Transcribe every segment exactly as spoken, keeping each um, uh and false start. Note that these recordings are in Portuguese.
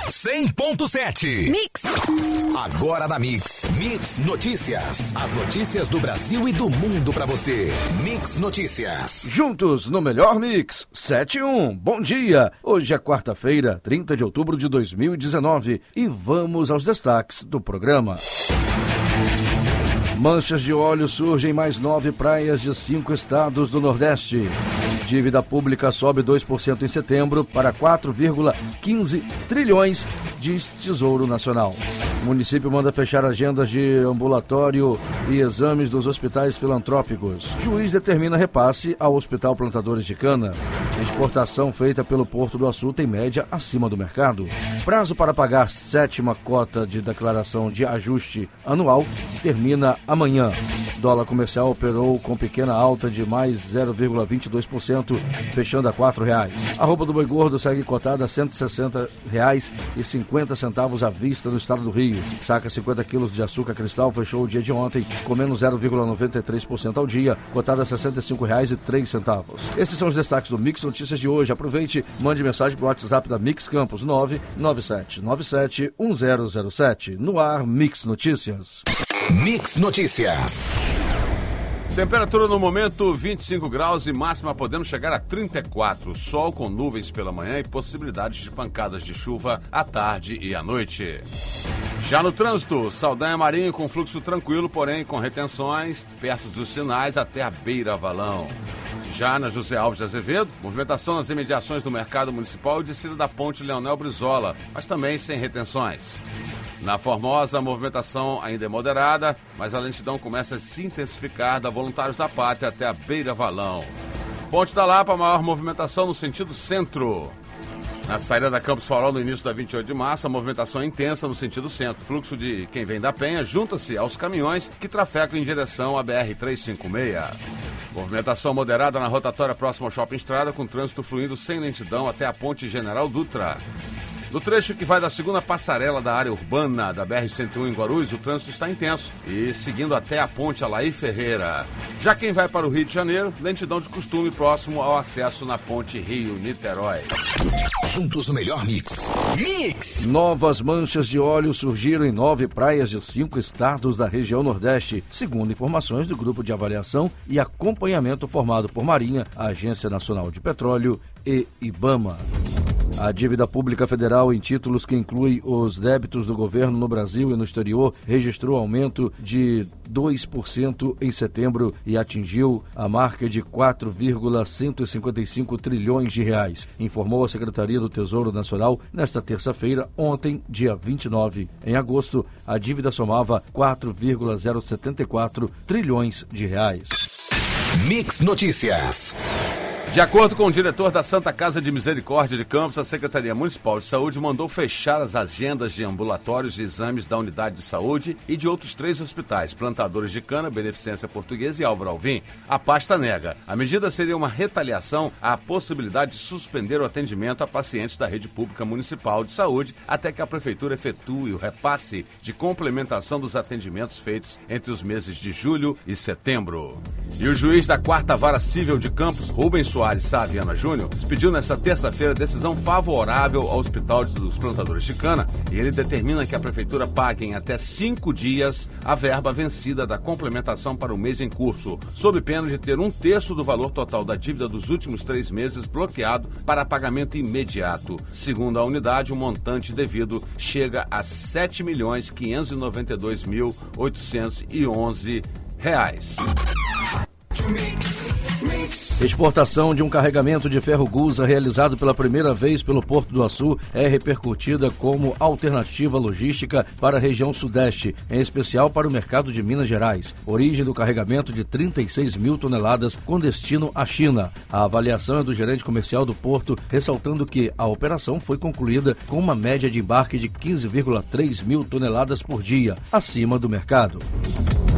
cem ponto sete. Mix. Agora na Mix. Mix Notícias. As notícias do Brasil e do mundo pra você. Mix Notícias. Juntos no melhor Mix. sete e um. Bom dia. Hoje é quarta-feira, trinta de outubro de dois mil e dezenove. E vamos aos destaques do programa. Manchas de óleo surgem em mais nove praias de cinco estados do Nordeste. Dívida pública sobe dois por cento em setembro para quatro vírgula quinze trilhões, diz Tesouro Nacional. O município manda fechar agendas de ambulatório e exames dos hospitais filantrópicos. Juiz determina repasse ao Hospital Plantadores de Cana. Exportação feita pelo Porto do Açu tem média acima do mercado. Prazo para pagar sétima cota de declaração de ajuste anual termina amanhã. Dólar comercial operou com pequena alta de mais zero vírgula vinte e dois por cento, fechando a quatro reais. A arroba do boi gordo segue cotada a cento e sessenta reais e cinquenta centavos à vista no estado do Rio. Saca cinquenta quilos de açúcar cristal fechou o dia de ontem com menos zero vírgula noventa e três por cento ao dia, cotada a sessenta e cinco reais e três centavos. Esses são os destaques do Mix Notícias de hoje. Aproveite, mande mensagem para o WhatsApp da Mix Campos nove nove sete nove sete um zero zero sete. No ar, Mix Notícias. Mix Notícias. Temperatura no momento vinte e cinco graus e máxima podendo chegar a trinta e quatro. Sol com nuvens pela manhã e possibilidades de pancadas de chuva à tarde e à noite. Já no trânsito, Saldanha Marinho com fluxo tranquilo, porém com retenções perto dos sinais até a Beira Valão. Já na José Alves de Azevedo, movimentação nas imediações do Mercado Municipal e descida da Ponte Leonel Brizola, mas também sem retenções. Na Formosa, a movimentação ainda é moderada, mas a lentidão começa a se intensificar da Voluntários da Pátria até a Beira Valão. Ponte da Lapa, maior movimentação no sentido centro. Na saída da Campos Farol, no início da vinte e oito de março, a movimentação é intensa no sentido centro. Fluxo de quem vem da Penha junta-se aos caminhões que trafegam em direção à B R trezentos e cinquenta e seis. Movimentação moderada na rotatória próxima ao Shopping Estrada, com trânsito fluindo sem lentidão até a Ponte General Dutra. No trecho que vai da segunda passarela da área urbana da B R cento e um em Guarulhos, o trânsito está intenso e seguindo até a ponte Alaí Ferreira. Já quem vai para o Rio de Janeiro, lentidão de costume próximo ao acesso na ponte Rio-Niterói. Juntos o melhor Mix. Mix! Novas manchas de óleo surgiram em nove praias de cinco estados da região Nordeste, segundo informações do Grupo de Avaliação e Acompanhamento formado por Marinha, Agência Nacional de Petróleo e IBAMA. A dívida pública federal em títulos que inclui os débitos do governo no Brasil e no exterior registrou aumento de dois por cento em setembro e atingiu a marca de quatro vírgula cento e cinquenta e cinco trilhões de reais, informou a Secretaria do Tesouro Nacional nesta terça-feira, ontem, dia vinte e nove. Em agosto, a dívida somava quatro vírgula zero setenta e quatro trilhões de reais. Mix Notícias. De acordo com o diretor da Santa Casa de Misericórdia de Campos, a Secretaria Municipal de Saúde mandou fechar as agendas de ambulatórios e exames da Unidade de Saúde e de outros três hospitais, Plantadores de Cana, Beneficência Portuguesa e Álvaro Alvim. A pasta nega. A medida seria uma retaliação à possibilidade de suspender o atendimento a pacientes da rede pública municipal de saúde até que a Prefeitura efetue o repasse de complementação dos atendimentos feitos entre os meses de julho e setembro. E o juiz da Quarta Vara Civil de Campos, Rubens Soares Sá Viana Júnior, expediu nesta terça-feira decisão favorável ao Hospital dos Plantadores de Cana e ele determina que a Prefeitura pague em até cinco dias a verba vencida da complementação para o mês em curso, sob pena de ter um terço do valor total da dívida dos últimos três meses bloqueado para pagamento imediato. Segundo a unidade, o montante devido chega a sete milhões quinhentos e noventa e dois mil oitocentos e onze reais. Exportação de um carregamento de ferro Gusa realizado pela primeira vez pelo Porto do Açu é repercutida como alternativa logística para a região sudeste, em especial para o mercado de Minas Gerais. Origem do carregamento de trinta e seis mil toneladas com destino à China. A avaliação é do gerente comercial do Porto, ressaltando que a operação foi concluída com uma média de embarque de quinze vírgula três mil toneladas por dia, acima do mercado.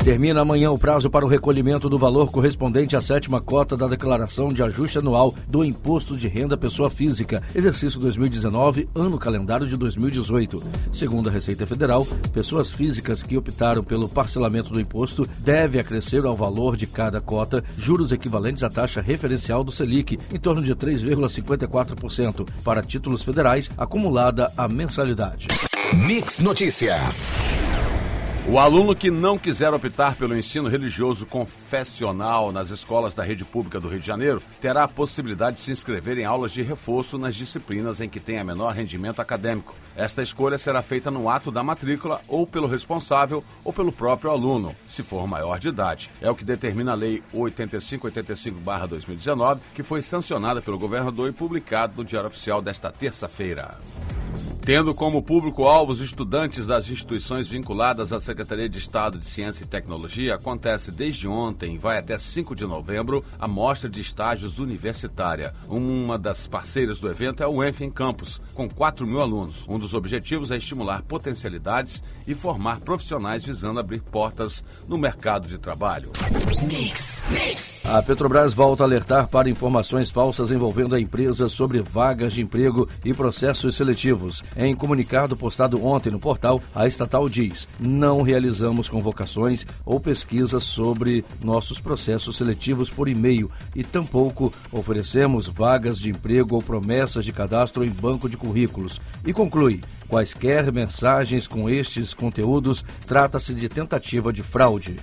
Termina amanhã o prazo para o recolhimento do valor correspondente à sétima cota da declaração de ajuste anual do Imposto de Renda Pessoa Física, exercício dois mil e dezenove, ano calendário de dois mil e dezoito. Segundo a Receita Federal, pessoas físicas que optaram pelo parcelamento do imposto devem acrescer ao valor de cada cota juros equivalentes à taxa referencial do Selic, em torno de três vírgula cinquenta e quatro por cento, para títulos federais, acumulada a mensalidade. Mix Notícias. O aluno que não quiser optar pelo ensino religioso confessional nas escolas da rede pública do Rio de Janeiro terá a possibilidade de se inscrever em aulas de reforço nas disciplinas em que tenha menor rendimento acadêmico. Esta escolha será feita no ato da matrícula ou pelo responsável ou pelo próprio aluno, se for maior de idade. É o que determina a Lei oitenta e cinco oitenta e cinco barra dois mil e dezenove, que foi sancionada pelo governador e publicado no Diário Oficial desta terça-feira. Tendo como público-alvo os estudantes das instituições vinculadas à Secretaria de Estado de Ciência e Tecnologia, acontece desde ontem e vai até cinco de novembro a Mostra de Estágios Universitária. Uma das parceiras do evento é o U E N F em Campus, com quatro mil alunos. Um dos objetivos é estimular potencialidades e formar profissionais visando abrir portas no mercado de trabalho. Mix, mix. A Petrobras volta a alertar para informações falsas envolvendo a empresa sobre vagas de emprego e processos seletivos. Em comunicado postado ontem no portal, a estatal diz: não realizamos convocações ou pesquisas sobre nossos processos seletivos por e-mail e tampouco oferecemos vagas de emprego ou promessas de cadastro em banco de currículos. E conclui: quaisquer mensagens com estes conteúdos trata-se de tentativa de fraude.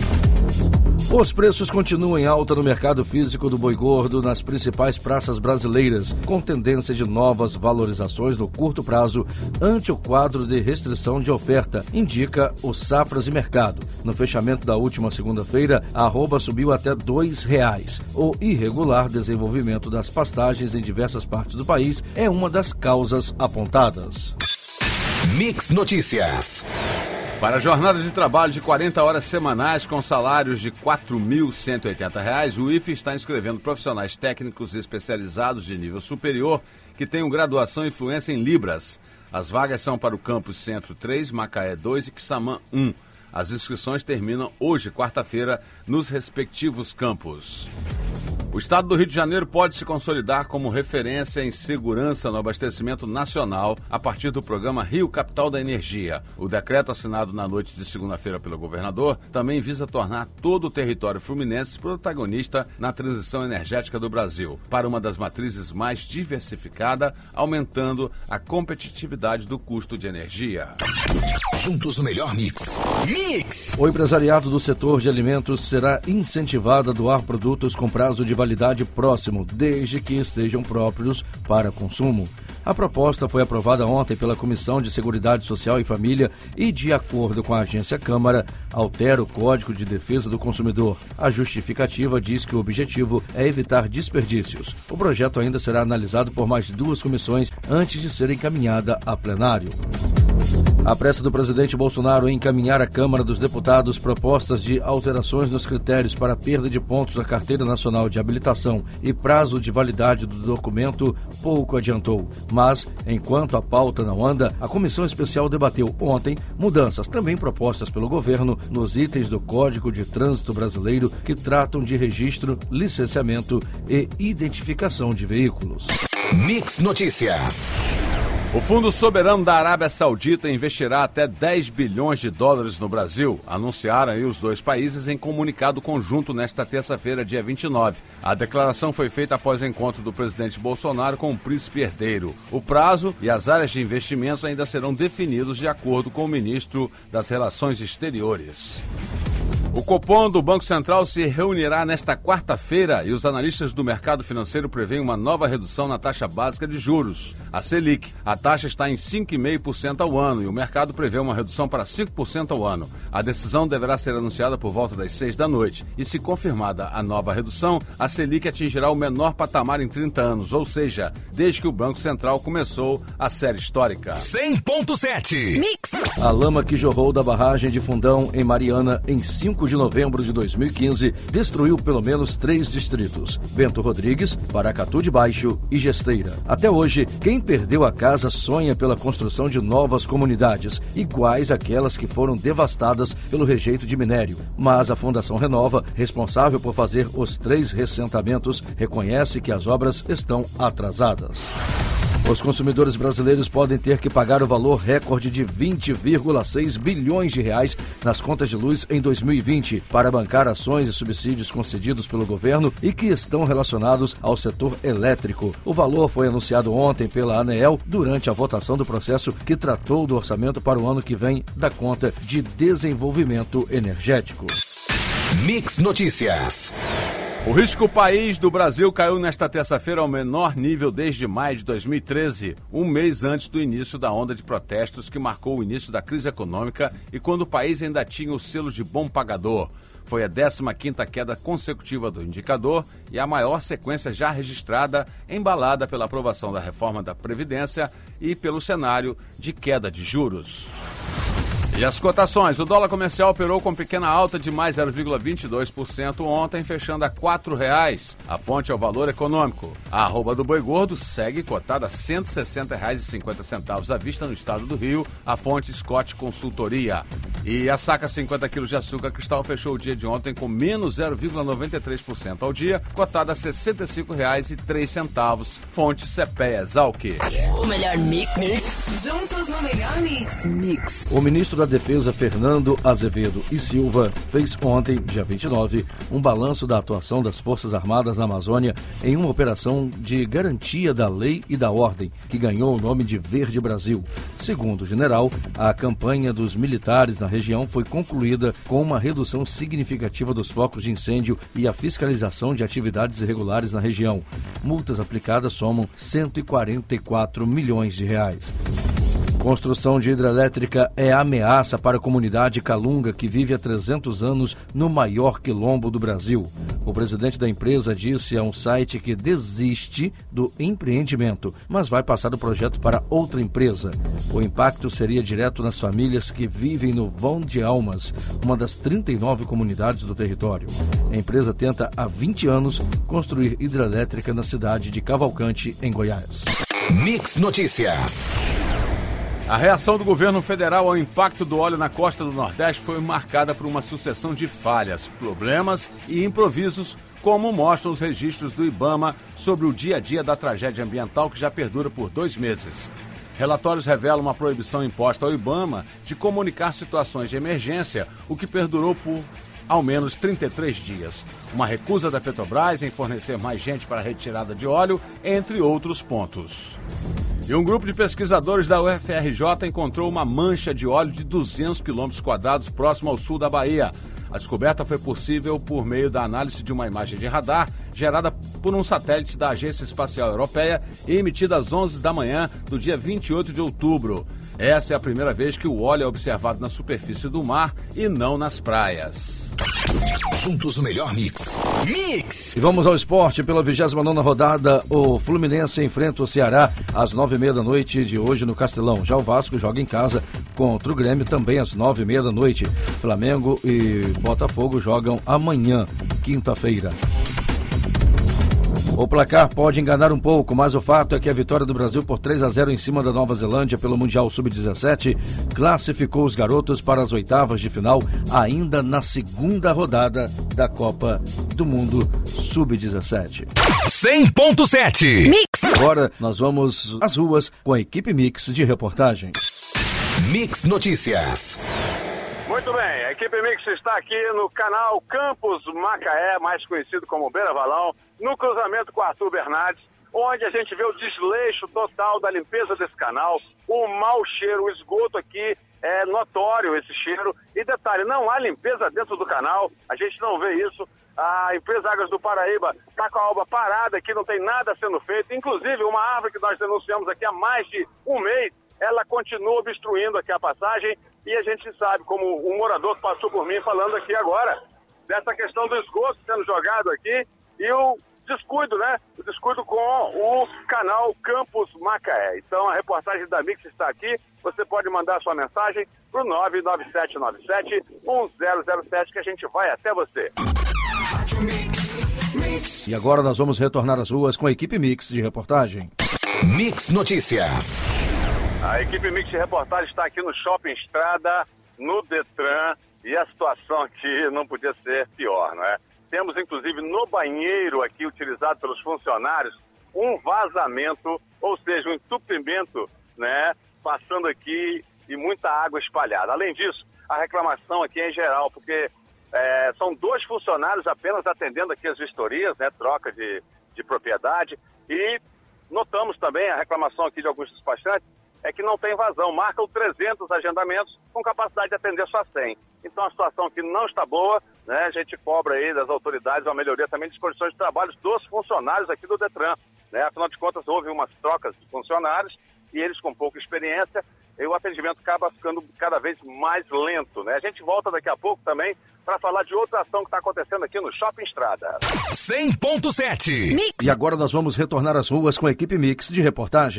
Os preços continuam em alta no mercado físico do boi gordo nas principais praças brasileiras, com tendência de novas valorizações no curto prazo ante o quadro de restrição de oferta, indica o Safras e Mercado. No fechamento da última segunda-feira, a arroba subiu até dois reais. O irregular desenvolvimento das pastagens em diversas partes do país é uma das causas apontadas. Mix Notícias. Para a jornada de trabalho de quarenta horas semanais com salários de quatro mil cento e oitenta reais, o I F E está inscrevendo profissionais técnicos especializados de nível superior que tenham graduação e fluência em Libras. As vagas são para o Campus Centro três, Macaé dois e Quissamã um. As inscrições terminam hoje, quarta-feira, nos respectivos campos. O estado do Rio de Janeiro pode se consolidar como referência em segurança no abastecimento nacional a partir do programa Rio Capital da Energia. O decreto assinado na noite de segunda-feira pelo governador também visa tornar todo o território fluminense protagonista na transição energética do Brasil para uma das matrizes mais diversificada, aumentando a competitividade do custo de energia. Juntos o melhor mix. Mix! O empresariado do setor de alimentos será incentivado a doar produtos com prazo de validade próximo, desde que estejam próprios para consumo. A proposta foi aprovada ontem pela Comissão de Seguridade Social e Família e, de acordo com a agência Câmara, altera o Código de Defesa do Consumidor. A justificativa diz que o objetivo é evitar desperdícios. O projeto ainda será analisado por mais duas comissões antes de ser encaminhada a plenário. A pressa do presidente Bolsonaro em encaminhar à Câmara dos Deputados propostas de alterações nos critérios para perda de pontos na Carteira Nacional de Habilitação e prazo de validade do documento pouco adiantou. Mas, enquanto a pauta não anda, a Comissão Especial debateu ontem mudanças também propostas pelo governo nos itens do Código de Trânsito Brasileiro que tratam de registro, licenciamento e identificação de veículos. Mix Notícias. O Fundo Soberano da Arábia Saudita investirá até dez bilhões de dólares no Brasil, anunciaram aí os dois países em comunicado conjunto nesta terça-feira, dia vinte e nove. A declaração foi feita após o encontro do presidente Bolsonaro com o príncipe herdeiro. O prazo e as áreas de investimentos ainda serão definidos de acordo com o ministro das Relações Exteriores. O Copom do Banco Central se reunirá nesta quarta-feira e os analistas do mercado financeiro prevêem uma nova redução na taxa básica de juros, a Selic. A taxa está em cinco vírgula cinco por cento ao ano e o mercado prevê uma redução para cinco por cento ao ano. A decisão deverá ser anunciada por volta das seis da noite e, se confirmada a nova redução, a Selic atingirá o menor patamar em trinta anos, ou seja, desde que o Banco Central começou a série histórica. cem ponto sete. Mix. A lama que jorrou da barragem de Fundão em Mariana em cinco cinco de novembro de dois mil e quinze, destruiu pelo menos três distritos: Bento Rodrigues, Paracatu de Baixo e Gesteira. Até hoje, quem perdeu a casa sonha pela construção de novas comunidades, iguais àquelas que foram devastadas pelo rejeito de minério. Mas a Fundação Renova, responsável por fazer os três reassentamentos, reconhece que as obras estão atrasadas. Os consumidores brasileiros podem ter que pagar o valor recorde de vinte vírgula seis bilhões de reais nas contas de luz em dois mil e vinte para bancar ações e subsídios concedidos pelo governo e que estão relacionados ao setor elétrico. O valor foi anunciado ontem pela ANEEL durante a votação do processo que tratou do orçamento para o ano que vem da conta de desenvolvimento energético. Mix Notícias. O risco país do Brasil caiu nesta terça-feira ao menor nível desde maio de dois mil e treze, um mês antes do início da onda de protestos que marcou o início da crise econômica e quando o país ainda tinha o selo de bom pagador. Foi a décima quinta queda consecutiva do indicador e a maior sequência já registrada, embalada pela aprovação da reforma da Previdência e pelo cenário de queda de juros. E as cotações? O dólar comercial operou com pequena alta de mais zero vírgula vinte e dois por cento ontem, fechando a quatro reais. A fonte é o Valor Econômico. A arroba do boi gordo segue cotada a cento e sessenta reais e cinquenta centavos à vista no estado do Rio, a fonte Scott Consultoria. E a saca cinquenta quilos de açúcar cristal fechou o dia de ontem com menos zero vírgula noventa e três por cento ao dia, cotada a sessenta e cinco reais e três centavos, fonte C P E Exalc. O melhor mix. mix. Juntos no melhor mix. Mix. O ministro da Defesa, Fernando Azevedo e Silva, fez ontem, dia vinte e nove, um balanço da atuação das Forças Armadas na Amazônia em uma operação de garantia da lei e da ordem, que ganhou o nome de Verde Brasil. Segundo o general, a campanha dos militares na região foi concluída com uma redução significativa dos focos de incêndio e a fiscalização de atividades irregulares na região. Multas aplicadas somam cento e quarenta e quatro milhões de reais. Construção de hidrelétrica é ameaça para a comunidade Calunga, que vive há trezentos anos no maior quilombo do Brasil. O presidente da empresa disse a um site que desiste do empreendimento, mas vai passar o projeto para outra empresa. O impacto seria direto nas famílias que vivem no Vão de Almas, uma das trinta e nove comunidades do território. A empresa tenta há vinte anos construir hidrelétrica na cidade de Cavalcante, em Goiás. Mix Notícias. A reação do governo federal ao impacto do óleo na costa do Nordeste foi marcada por uma sucessão de falhas, problemas e improvisos, como mostram os registros do IBAMA sobre o dia a dia da tragédia ambiental que já perdura por dois meses. Relatórios revelam uma proibição imposta ao IBAMA de comunicar situações de emergência, o que perdurou por ao menos trinta e três dias. Uma recusa da Petrobras em fornecer mais gente para a retirada de óleo, entre outros pontos. E um grupo de pesquisadores da U F R J encontrou uma mancha de óleo de duzentos quilômetros quadrados próximo ao sul da Bahia. A descoberta foi possível por meio da análise de uma imagem de radar gerada por um satélite da Agência Espacial Europeia e emitida às onze da manhã do dia vinte e oito de outubro. Essa é a primeira vez que o óleo é observado na superfície do mar e não nas praias. Juntos o melhor mix. Mix! E vamos ao esporte. Pela vigésima nona rodada, o Fluminense enfrenta o Ceará às nove e meia da noite de hoje no Castelão. Já o Vasco joga em casa contra o Grêmio também às nove e meia da noite. Flamengo e Botafogo jogam amanhã, quinta-feira. O placar pode enganar um pouco, mas o fato é que a vitória do Brasil por três a zero em cima da Nova Zelândia pelo Mundial sub dezessete classificou os garotos para as oitavas de final ainda na segunda rodada da Copa do Mundo sub dezessete. cem ponto sete Mix. Agora nós vamos às ruas com a equipe Mix de reportagem. Mix Notícias. Muito bem, a equipe Mix está aqui no canal Campos Macaé, mais conhecido como Beira Valão, no cruzamento com Arthur Bernardes, onde a gente vê o desleixo total da limpeza desse canal, o mau cheiro, o esgoto aqui é notório, esse cheiro. E detalhe, não há limpeza dentro do canal, a gente não vê isso. A empresa Águas do Paraíba está com a obra parada aqui, não tem nada sendo feito. Inclusive, uma árvore que nós denunciamos aqui há mais de um mês, ela continua obstruindo aqui a passagem. E a gente sabe, como um morador que passou por mim falando aqui agora, dessa questão do esgoto sendo jogado aqui, e o descuido, né? O descuido com o canal Campus Macaé. Então, a reportagem da Mix está aqui. Você pode mandar sua mensagem para o nove nove sete nove sete um zero zero sete que a gente vai até você. E agora nós vamos retornar às ruas com a equipe Mix de reportagem. Mix Notícias. A equipe Mix de reportagem está aqui no Shopping Estrada, no Detran, e a situação aqui não podia ser pior, não é? Temos, inclusive, no banheiro aqui utilizado pelos funcionários, um vazamento, ou seja, um entupimento, né, passando aqui e muita água espalhada. Além disso, a reclamação aqui é em geral, porque é, são dois funcionários apenas atendendo aqui as vistorias, né, troca de, de propriedade, e notamos também a reclamação aqui de alguns despachantes, é que não tem vazão, marcam trezentos agendamentos com capacidade de atender só cem. Então a situação aqui não está boa, né? A gente cobra aí das autoridades uma melhoria também de condições de trabalho dos funcionários aqui do Detran, né? Afinal de contas, houve umas trocas de funcionários e eles com pouca experiência, e o atendimento acaba ficando cada vez mais lento, né? A gente volta daqui a pouco também para falar de outra ação que está acontecendo aqui no Shopping Estrada. cem ponto sete. E agora nós vamos retornar às ruas com a equipe Mix de reportagem.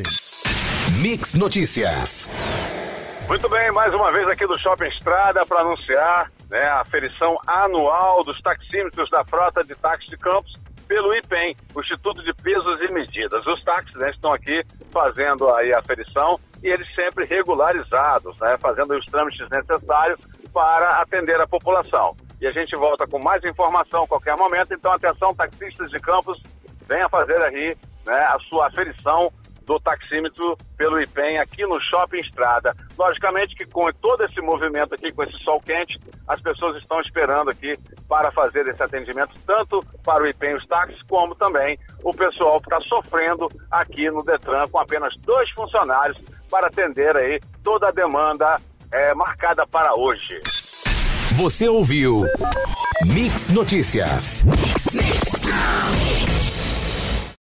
Mix Notícias. Muito bem, mais uma vez aqui do Shopping Estrada para anunciar, né, a aferição anual dos taxímetros da frota de táxi de Campos pelo I P E M, o Instituto de Pesos e Medidas. Os táxis, né, estão aqui fazendo aí a aferição e eles sempre regularizados, né, fazendo os trâmites necessários para atender a população. E a gente volta com mais informação a qualquer momento, então atenção, taxistas de Campos, venha fazer aí, né, a sua aferição do taxímetro pelo I P E M aqui no Shopping Estrada. Logicamente que com todo esse movimento aqui, com esse sol quente, as pessoas estão esperando aqui para fazer esse atendimento, tanto para o I P E M, os táxis, como também o pessoal que está sofrendo aqui no Detran com apenas dois funcionários para atender aí toda a demanda é, marcada para hoje. Você ouviu Mix Notícias.